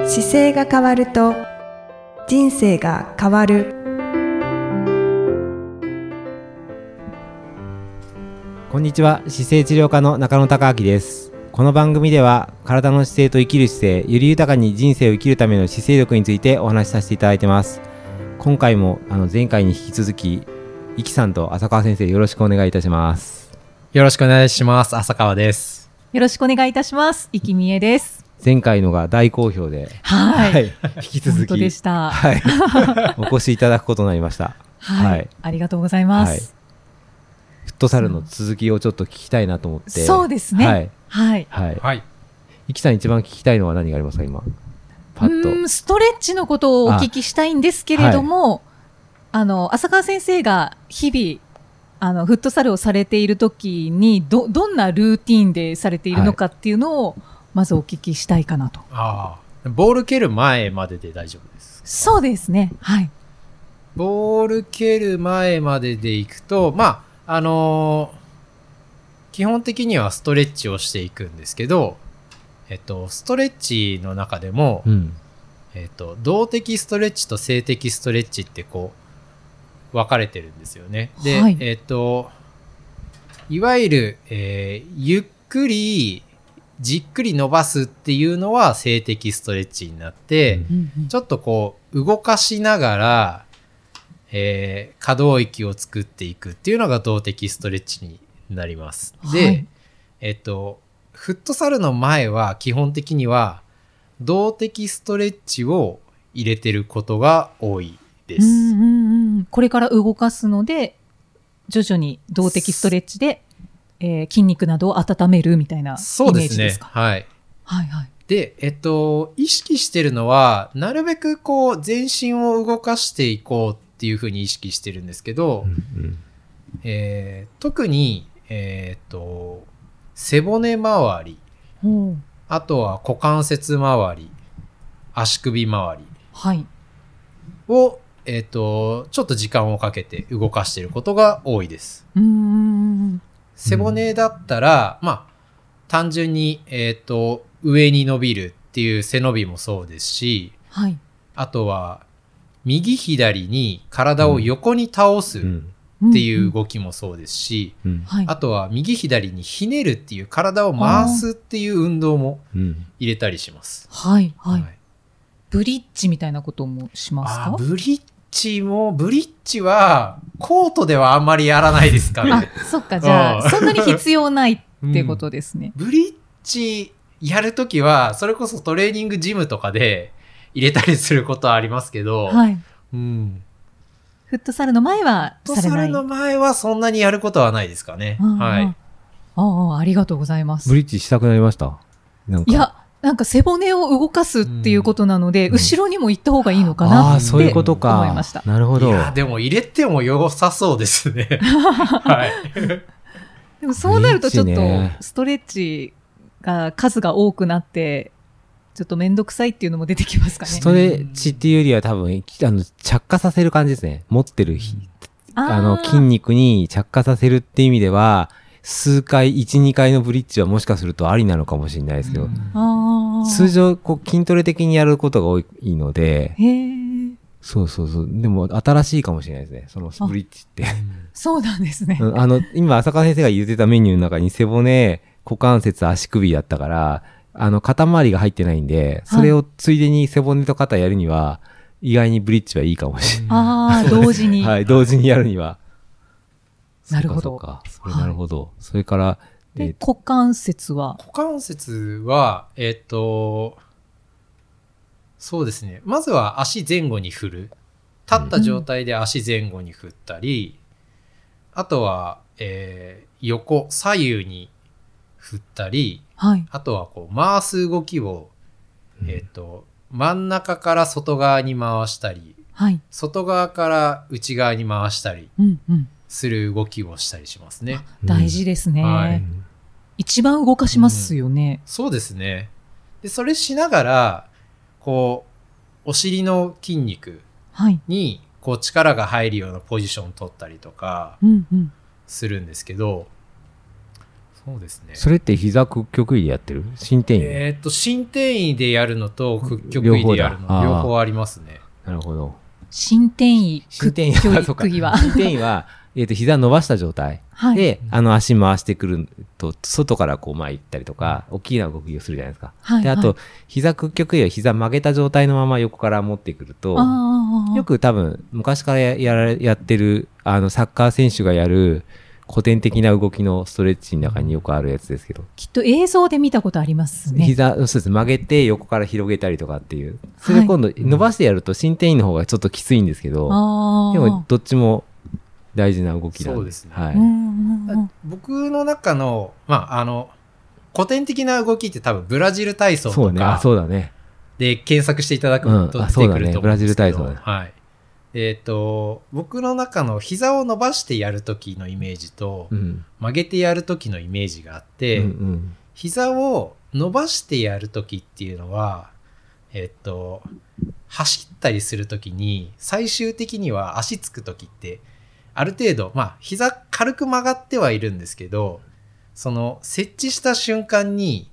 姿勢が変わると人生が変わる。 こんにちは、姿勢治療科の中野孝明です。この番組では体の姿勢と生きる姿勢、より豊かに人生を生きるための姿勢力についてお話しさせていただいてます。今回も前回に引き続きイキさんと浅川先生、よろしくお願いいたします。 よろしくお願いします。浅川です。 よろしくお願いいたします。生きみえです。 前回のが大好評で、 はい、 引き続き本当でした、 お越しいただくことになりました。 ありがとうございます。 フットサルの続きをちょっと聞きたいなと思って。 そうですね。 イキさん一番聞きたいのは何がありますか、今パッと。 ストレッチのことをお聞きしたいんですけれども、浅川先生が日々フットサルをされている時にどんなルーティーンでされているのかっていうのを、まずお聞きしたいかなと。 ボール蹴る前までで大丈夫ですか？ そうですね。 ボール蹴る前まででいくと、基本的にはストレッチをしていくんですけど、ストレッチの中でも、動的ストレッチと静的ストレッチってこう分かれてるんですよね。で、いわゆる、ゆっくりじっくり伸ばすっていうのは静的ストレッチになって、ちょっとこう動かしながら、可動域を作っていくっていうのが動的ストレッチになります。で、フットサルの前は基本的には動的ストレッチを入れてることが多いです。 これから動かすので徐々に動的ストレッチで筋肉などを温めるみたいなイメージですか？ そうですね。で、意識してるのは、なるべくこう、全身を動かしていこうっていうふうに意識してるんですけど、特に、背骨周り、あとは股関節周り、足首周りを、ちょっと時間をかけて動かしていることが多いです。背骨だったら、単純に、上に伸びるっていう背伸びもそうですし、あとは右左に体を横に倒すっていう動きもそうですし、あとは右左にひねるっていう体を回すっていう運動も入れたりします。 ブリッジみたいなこともしますか？ ブリッジはコートではあんまりやらないですかね。 そっか、じゃあそんなに必要ないってことですね。 ブリッジやるときはそれこそトレーニングジムとかで入れたりすることはありますけど、 フットサルの前はされない。フットサルの前はそんなにやることはないですかね。 ありがとうございます。 ブリッジしたくなりました？ いや、なんか背骨を動かすっていうことなので、後ろにも行った方がいいのかなってそういうことか。 思いました。 なるほど。 いや、でも入れても良さそうですね。 でもそうなるとちょっとストレッチが数が多くなってちょっとめんどくさいっていうのも出てきますかね。 ストレッチっていうよりは多分着火させる感じですね。持ってる筋肉に着火させるっていう意味では数回 1,2 回のブリッジはもしかするとありなのかもしれないですけど、通常こう筋トレ的にやることが多いので、そうでも新しいかもしれないですね、そのブリッジって。 そうなんですね。 今浅川先生が言ってたメニューの中に背骨、股関節、足首だったから肩周りが入ってないんで、それをついでに背骨と肩やるには意外にブリッジはいいかもしれない。 同時に同時にやるには。 なるほど。 なるほど。それから、 股関節はそうですね。まずは足前後に振る。立った状態で足前後に振ったり、あとは、左右に振ったり、あとはこう回す動きを、真ん中から外側に回したり、外側から内側に回したりする動きをしたりしますね。 大事ですね。一番動かしますよね。 そうですね。で、それしながら、こう、お尻の筋肉に、こう、力が入るようなポジションを取ったりとか、するんですけど、 そうですね。 それって膝屈曲位でやってる？伸展位？ 伸展位でやるのと屈曲位でやるの両方ありますね。 なるほど。 伸展位、 伸展位屈そうか曲位は。 伸展位は、膝伸ばした状態で、足回してくると、外からこう前行ったりとか、大きな動きをするじゃないですか。で、あと、膝屈曲位は膝曲げた状態のまま横から持ってくると、よく多分、昔からやってる、サッカー選手がやる、古典的な動きのストレッチの中によくあるやつですけど。 きっと映像で見たことありますね。 そうです。曲げて横から広げたりとかっていう。それ今度伸ばしてやると伸展位の方がちょっときついんですけど、でもどっちも大事な動きなんで。 そうですね。 はい。 僕の中の、古典的な動きって多分ブラジル体操とか。 そうだね。 で検索していただくと出てくると思うんですけど。 ブラジル体操だね。 はい。僕の中の膝を伸ばしてやるときのイメージと、曲げてやるときのイメージがあって、膝を伸ばしてやるときっていうのは、走ったりするときに、最終的には足つくときって、ある程度、膝軽く曲がってはいるんですけど、その設置した瞬間に、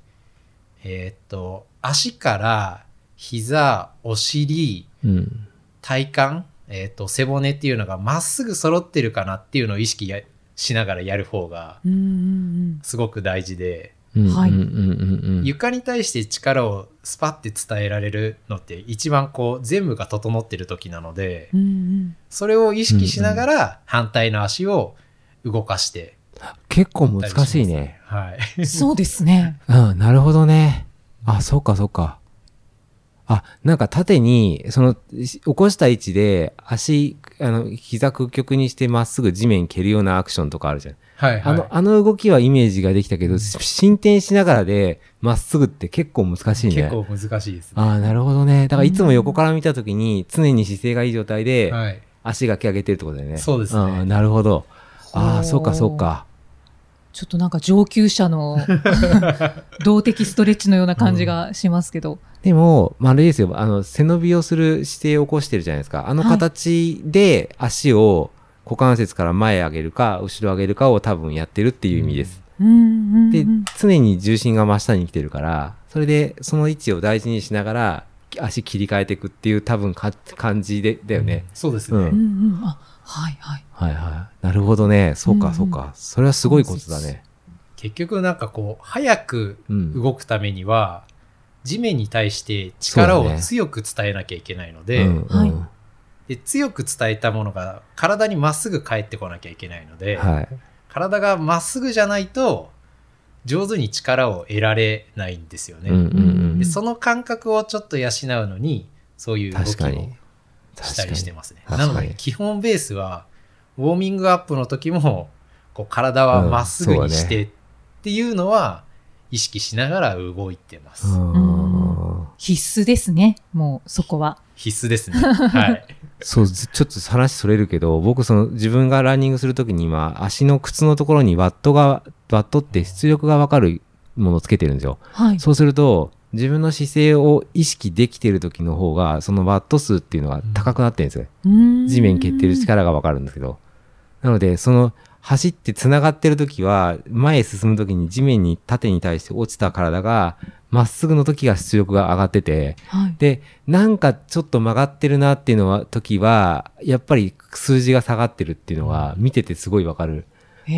足から膝、お尻、体幹、背骨っていうのがまっすぐ揃ってるかなっていうのを意識しながらやる方がすごく大事で、床に対して力をスパッて伝えられるのって一番こう全部が整ってる時なので、それを意識しながら反対の足を動かして結構難しいね。 はい。 そうですね。 なるほどね。そうかそうか。なんか縦に、起こした位置で、膝屈曲にしてまっすぐ地面蹴るようなアクションとかあるじゃん。 はいはい。 動きはイメージができたけど、進展しながらで、まっすぐって結構難しいね。 結構難しいですね。 なるほどね。だからいつも横から見たときに、常に姿勢がいい状態で、足がけ上げてるってことだよね。 そうですね。 なるほど。そうかそうか。 ちょっとなんか上級者の動的ストレッチのような感じがしますけど。 でも、あれですよ、背伸びをする姿勢を起こしてるじゃないですか。形で足を股関節から前上げるか、後ろ上げるかを多分やってるっていう意味です。で、常に重心が真下に来てるから、それでその位置を大事にしながら足切り替えていくっていう多分感じだよね。 そうですね。 はいはい。 はいはい。なるほどね。そうかそうか。それはすごいことだね。 結局なんかこう、早く動くためには、地面に対して力を強く伝えなきゃいけないので、で強く伝えたものが体にまっすぐ返ってこなきゃいけないので、体がまっすぐじゃないと上手に力を得られないんですよね。でその感覚をちょっと養うのにそういう動きをしたりしてますね。なので基本ベースはウォーミングアップの時もこう体はまっすぐにしてっていうのは意識しながら動いてます。 必須ですね。もうそこは必須ですね。はい。 そう、ちょっと話それるけど、僕自分がランニングするときに今足の靴のところにワットって出力が分かるものをつけてるんですよ。そうすると自分の姿勢を意識できている時の方がそのワット数っていうのが高くなってるんですよ。地面蹴ってる力が分かるんですけど、なので走ってつながってる時は前へ進む時に地面に縦に対して落ちた体がまっすぐの時が出力が上がってて、でなんかちょっと曲がってるなっていうのは時はやっぱり数字が下がってるっていうのが見ててすごいわかる。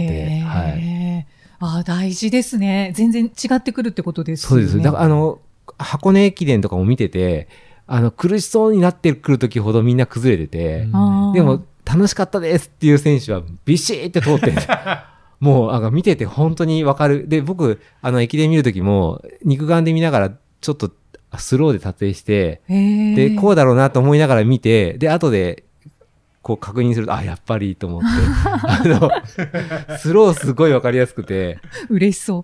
大事ですね。全然違ってくるってことですね。 そうです。だから箱根駅伝とかも見てて苦しそうになってくる時ほどみんな崩れてて、でも楽しかったですっていう選手はビシーって通ってるもう見てて本当にわかる。で僕駅伝見る時も肉眼で見ながらちょっとスローで撮影して、でこうだろうなと思いながら見て、で後でこう確認するとやっぱりと思ってスローすごいわかりやすくて嬉しそう、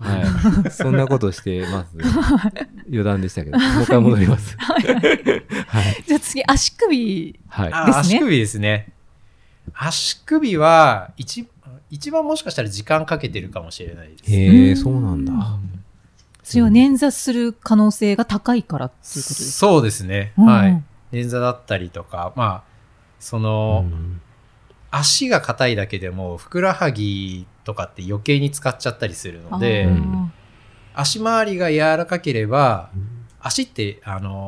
そんなことしてます、余談でしたけど、もう一回戻りますじゃあ次足首ですね。 足首ですね。足首は一番もしかしたら時間かけてるかもしれないです。 へえ、そうなんだ。 それは捻挫する可能性が高いからっていうことですか？ そうですね。はい。捻挫だったりとか、 足が硬いだけでもふくらはぎとかって余計に使っちゃったりするので、足回りが柔らかければ、足って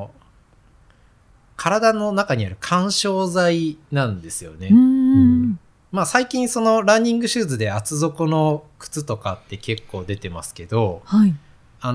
体の中にある緩衝材なんですよね。まあ最近そのランニングシューズで厚底の靴とかって結構出てますけど、 はい、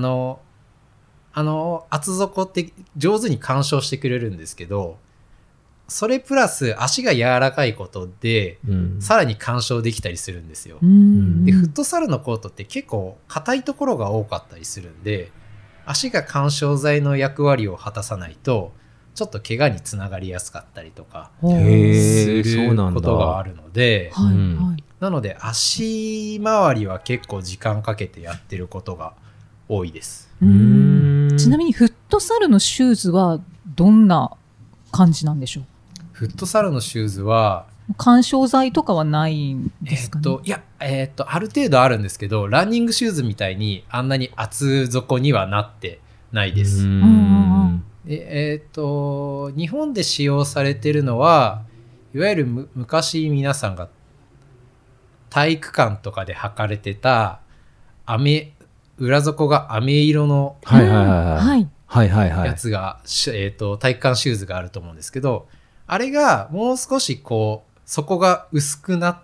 厚底って上手に緩衝してくれるんですけど、それプラス足が柔らかいことで、さらに緩衝できたりするんですよ。で、フットサルのコートって結構硬いところが多かったりするんで、足が緩衝材の役割を果たさないと、ちょっと怪我につながりやすかったりとかすることがあるので、なので足回りは結構時間かけてやってることが多いです。 ちなみにフットサルのシューズはどんな感じなんでしょう？ フットサルのシューズは緩衝材とかはないんですかね？ いや、ある程度あるんですけど、ランニングシューズみたいにあんなに厚底にはなってないです。で日本で使用されてるのは、いわゆる昔皆さんが体育館とかで履かれてた裏底が飴色のやつが、体育館シューズがあると思うんですけど、あれがもう少しこう底が薄くなって、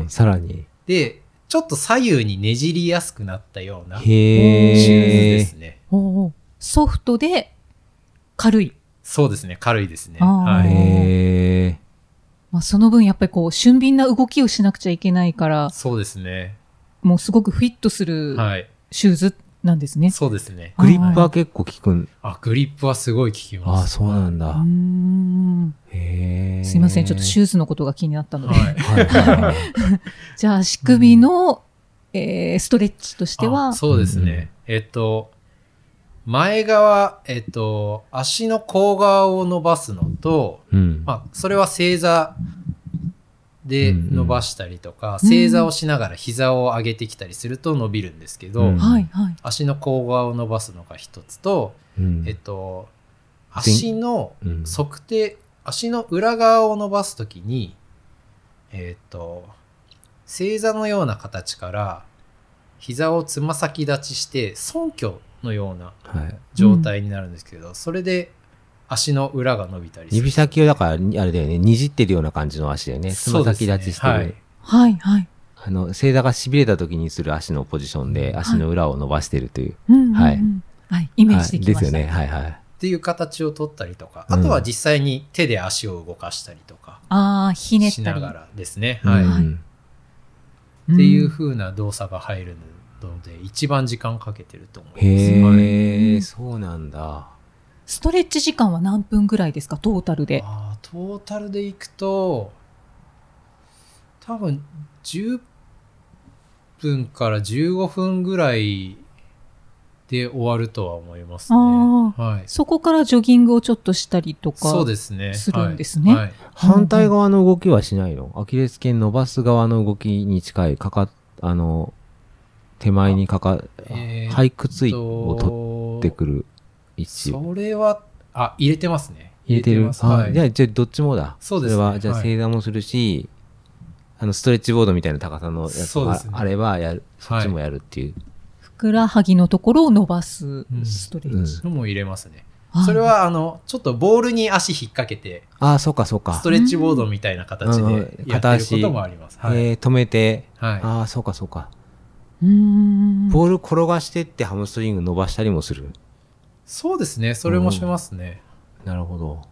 さらにでちょっと左右にねじりやすくなったようなシューズですね。 ソフトで軽い。 そうですね、軽いですね。 その分やっぱりこう俊敏な動きをしなくちゃいけないから、 そうですね。 もうすごくフィットするシューズなんですね。 そうですね。 グリップは結構効くん。 グリップはすごい効きます。 そうなんだ。 すいません、ちょっとシューズのことが気になったので。じゃあ足首の、ストレッチとしては、 そうですね。前側、足の甲側を伸ばすのと、それは正座で伸ばしたりとか、正座をしながら膝を上げてきたりすると伸びるんですけど、足の甲側を伸ばすのが一つと、足の測定、足の裏側を伸ばすときに、正座のような形から膝をつま先立ちして尊虚のような状態になるんですけど、それで足の裏が伸びたりする。 指先をだからあれだよね、にじってるような感じの足だよね。つま先立ちしてる。正座がしびれた時にする足のポジションで足の裏を伸ばしてるという、 イメージできました。 ですよね。 っていう形を取ったりとか、あとは実際に手で足を動かしたりとか、 ひねったりしながらですね。っていう風な動作が入るので、一番時間かけてると思います。 そうなんだ。 ストレッチ時間は何分ぐらいですか、トータルで？ トータルでいくと、多分10分から15分ぐらいで終わるとは思いますね。 そこからジョギングをちょっとしたりとかするんですね。 反対側の動きはしないの？アキレス腱伸ばす側の動きに近い手前に背屈を取ってくる位置。 それは入れてますね。 入れてる。じゃあどっちもだ。 そうですね。 それはじゃあ正座もするし、ストレッチボードみたいな高さのやつがあればそっちもやるっていう。 ふくらはぎのところを伸ばすストレッチのも入れますね。それはちょっっとボールに足引っ掛けて、 そうかそうか。 ストレッチボードみたいな形でやってることもあります。 止めて、そうかそうか。ボール転がしてってハムストリング伸ばしたりもする？ そうですね。それもしますね。 なるほど。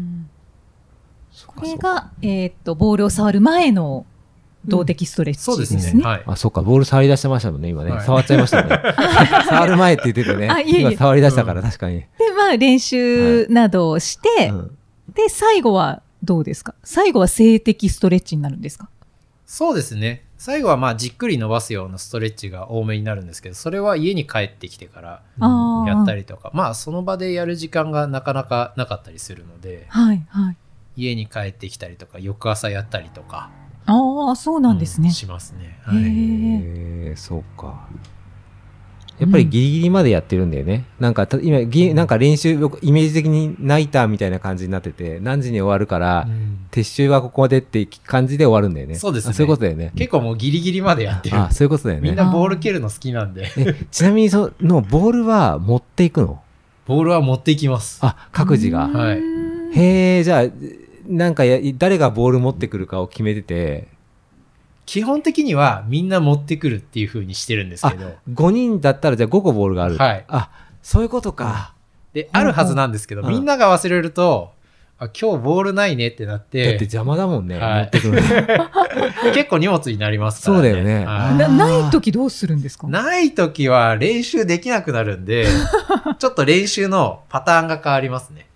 これがボールを触る前の動的ストレッチですね。 そうですね。 そうか、ボール触り出してましたもんね、今ね。触っちゃいましたね。触る前って言っててね。今触り出したから確かに。 で、練習などをして、で、最後はどうですか？最後は静的ストレッチになるんですか？ そうですね。最後はじっくり伸ばすようなストレッチが多めになるんですけど、それは家に帰ってきてからやったりとか、その場でやる時間がなかなかなかったりするので、家に帰ってきたりとか、翌朝やったりとか。 そうなんですね。 しますね。 そうか。 やっぱりギリギリまでやってるんだよね。なんか今なんか練習イメージ的にナイターみたいな感じになってて、何時に終わるから、撤収はここまでって感じで終わるんだよね。 そうですね。 そういうことだよね。 結構もうギリギリまでやってる。 そういうことだよね。 みんなボール蹴るの好きなんで。 ちなみにそのボールは持っていくの？ ボールは持っていきます。 各自が。 はい。 へえ、じゃあなんか誰がボール持ってくるかを決めてて。 基本的にはみんな持ってくるっていう風にしてるんですけど。 5人だったらじゃあ5個ボールがある。 はい。 そういうことか。 で、あるはずなんですけど、みんなが忘れると、今日ボールないねってなって。 だって邪魔だもんね。 はい、 持ってくるの。 結構荷物になりますからね。 そうだよね。 ない時どうするんですか？ ない時は練習できなくなるんで、ちょっと練習のパターンが変わりますね。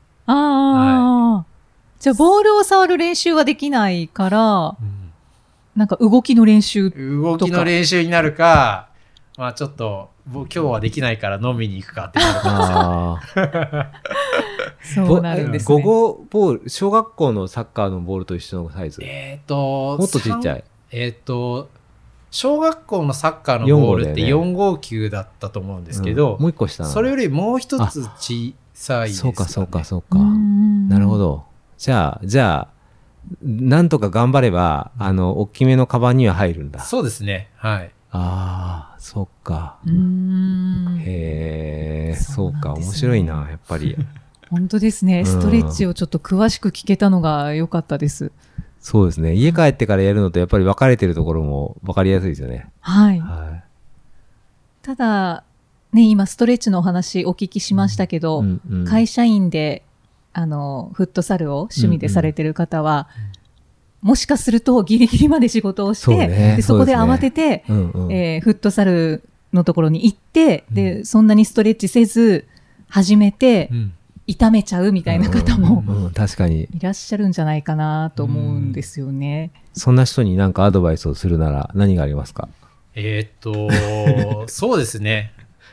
じゃあボールを触る練習はできないから、なんか動きの練習とか。 動きの練習になるか、まあちょっと、今日はできないから飲みに行くかってなるかもしれない。 そうなるんですね。 午後ボール、小学校のサッカーのボールと一緒のサイズ。もっとちっちゃい。 小学校のサッカーのボールって4号球だったと思うんですけど、 もう一個下なの。 それよりもう一つ小さいですかね。 そうか。なるほど。じゃあ、なんとか頑張れば、大きめのカバンには入るんだ。 そうですね。はい。 そっか。へえ、そうか。面白いな、やっぱり。 本当ですね。ストレッチをちょっと詳しく聞けたのが良かったです。 そうですね。家帰ってからやるのとやっぱり分かれてるところも分かりやすいですよね。 はい。ただ、ね、今ストレッチのお話お聞きしましたけど、会社員で、フットサルを趣味でされてる方は、もしかするとギリギリまで仕事をして、でそこで慌てて、フットサルのところに行って、で、そんなにストレッチせず、始めて、痛めちゃうみたいな方も、 確かにいらっしゃるんじゃないかなと思うんですよね。 そんな人に何かアドバイスをするなら何がありますか？ そうですね。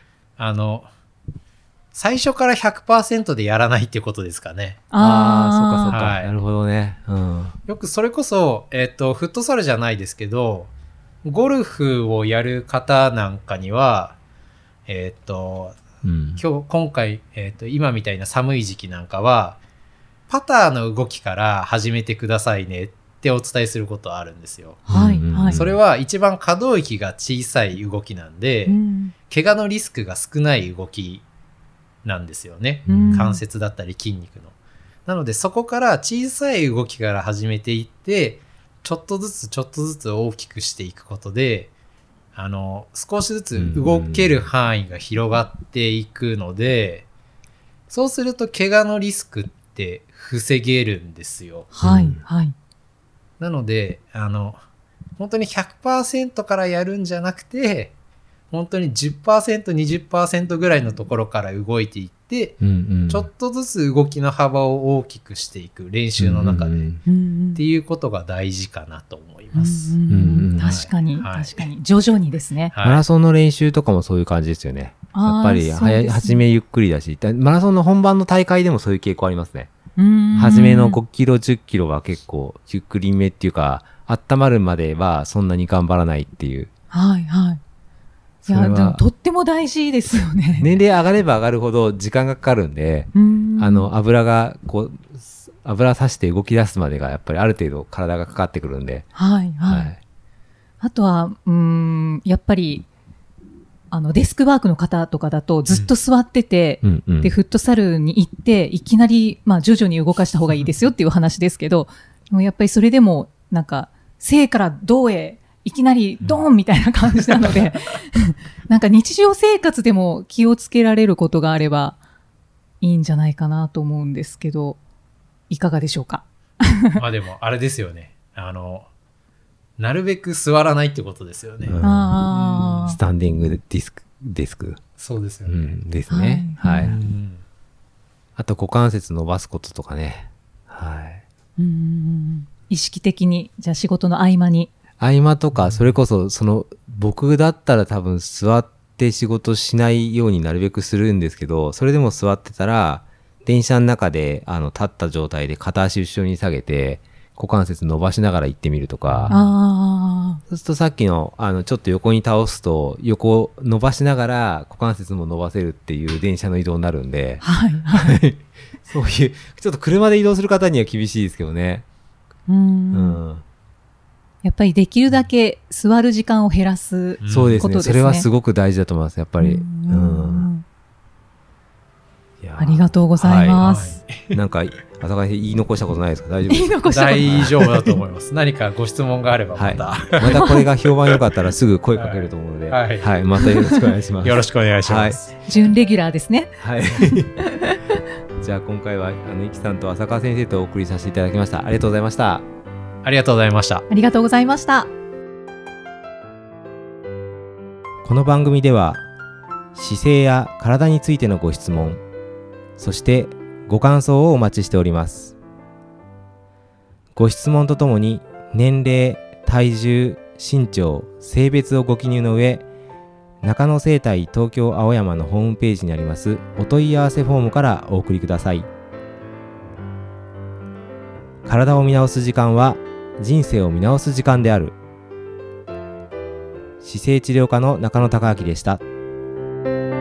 最初から 100% でやらないってことですかね。 そうか。なるほどね。 よくそれこそ、フットサルじゃないですけど、ゴルフをやる方なんかには、今回、今みたいな寒い時期なんかは、パターの動きから始めてくださいねってお伝えすることはあるんですよ。それは一番可動域が小さい動きなんで、怪我のリスクが少ない動きなんですよね。関節だったり筋肉の。なのでそこから小さい動きから始めていって、ちょっとずつ大きくしていくことで、少しずつ動ける範囲が広がっていくので、そうすると怪我のリスクって防げるんですよ。なので、本当に 100% からやるんじゃなくて、本当に 10%、20% ぐらいのところから動いていって、ちょっとずつ動きの幅を大きくしていく練習の中で、っていうことが大事かなと思います。 確かに、徐々にですね。 マラソンの練習とかもそういう感じですよね。やっぱり初めゆっくりだし、マラソンの本番の大会でもそういう傾向ありますね。初めの5キロ、10キロは結構ゆっくりめっていうか、温まるまではそんなに頑張らないっていう。 いや、でもとっても大事ですよね。 年齢上がれば上がるほど時間がかかるんで、油さして動き出すまでがやっぱりある程度体がかかってくるんで。 あとは、やっぱり、デスクワークの方とかだとずっと座ってて、で、フットサルに行って、いきなり、徐々に動かした方がいいですよっていう話ですけど、もうやっぱりそれでも、なんか、生から動へ、いきなりドーンみたいな感じなので、なんか日常生活でも気をつけられることがあればいいんじゃないかなと思うんですけど、いかがでしょうか？ でも、あれですよね。なるべく座らないってことですよね。 スタンディングデスク。 そうですよね。 ですね。あと股関節伸ばすこととかね。 意識的に、じゃあ仕事の合間に。 合間とか、それこそ、僕だったら多分座って仕事しないようになるべくするんですけど、それでも座ってたら、電車の中で、立った状態で片足後ろに下げて、 股関節伸ばしながら行ってみるとか、そうするとさっきのちょっと横に倒すと横を伸ばしながら股関節も伸ばせるっていう電車の移動になるんで、 はいはい、 そういうちょっと車で移動する方には厳しいですけどね。 やっぱりできるだけ座る時間を減らすことですね。 そうですね。それはすごく大事だと思います。やっぱり。 ありがとうございます。 なんか浅川先生言い残したことないですか？大丈夫ですか？ 大丈夫だと思います。何かご質問があればまた、 またこれが評判良かったらすぐ声かけると思うので、はい、またよろしくお願いします。 よろしくお願いします。 準レギュラーですね。 はい。じゃあ今回はイキさんと浅川先生とお送りさせていただきました。ありがとうございました。 ありがとうございました。 ありがとうございました。 この番組では姿勢や体についてのご質問、そしてご感想をお待ちしております。ご質問とともに年齢、体重、身長、性別をご記入の上、中野生態東京青山のホームページにありますお問い合わせフォームからお送りください。体を見直す時間は人生を見直す時間である。姿勢治療科の中野孝明でした。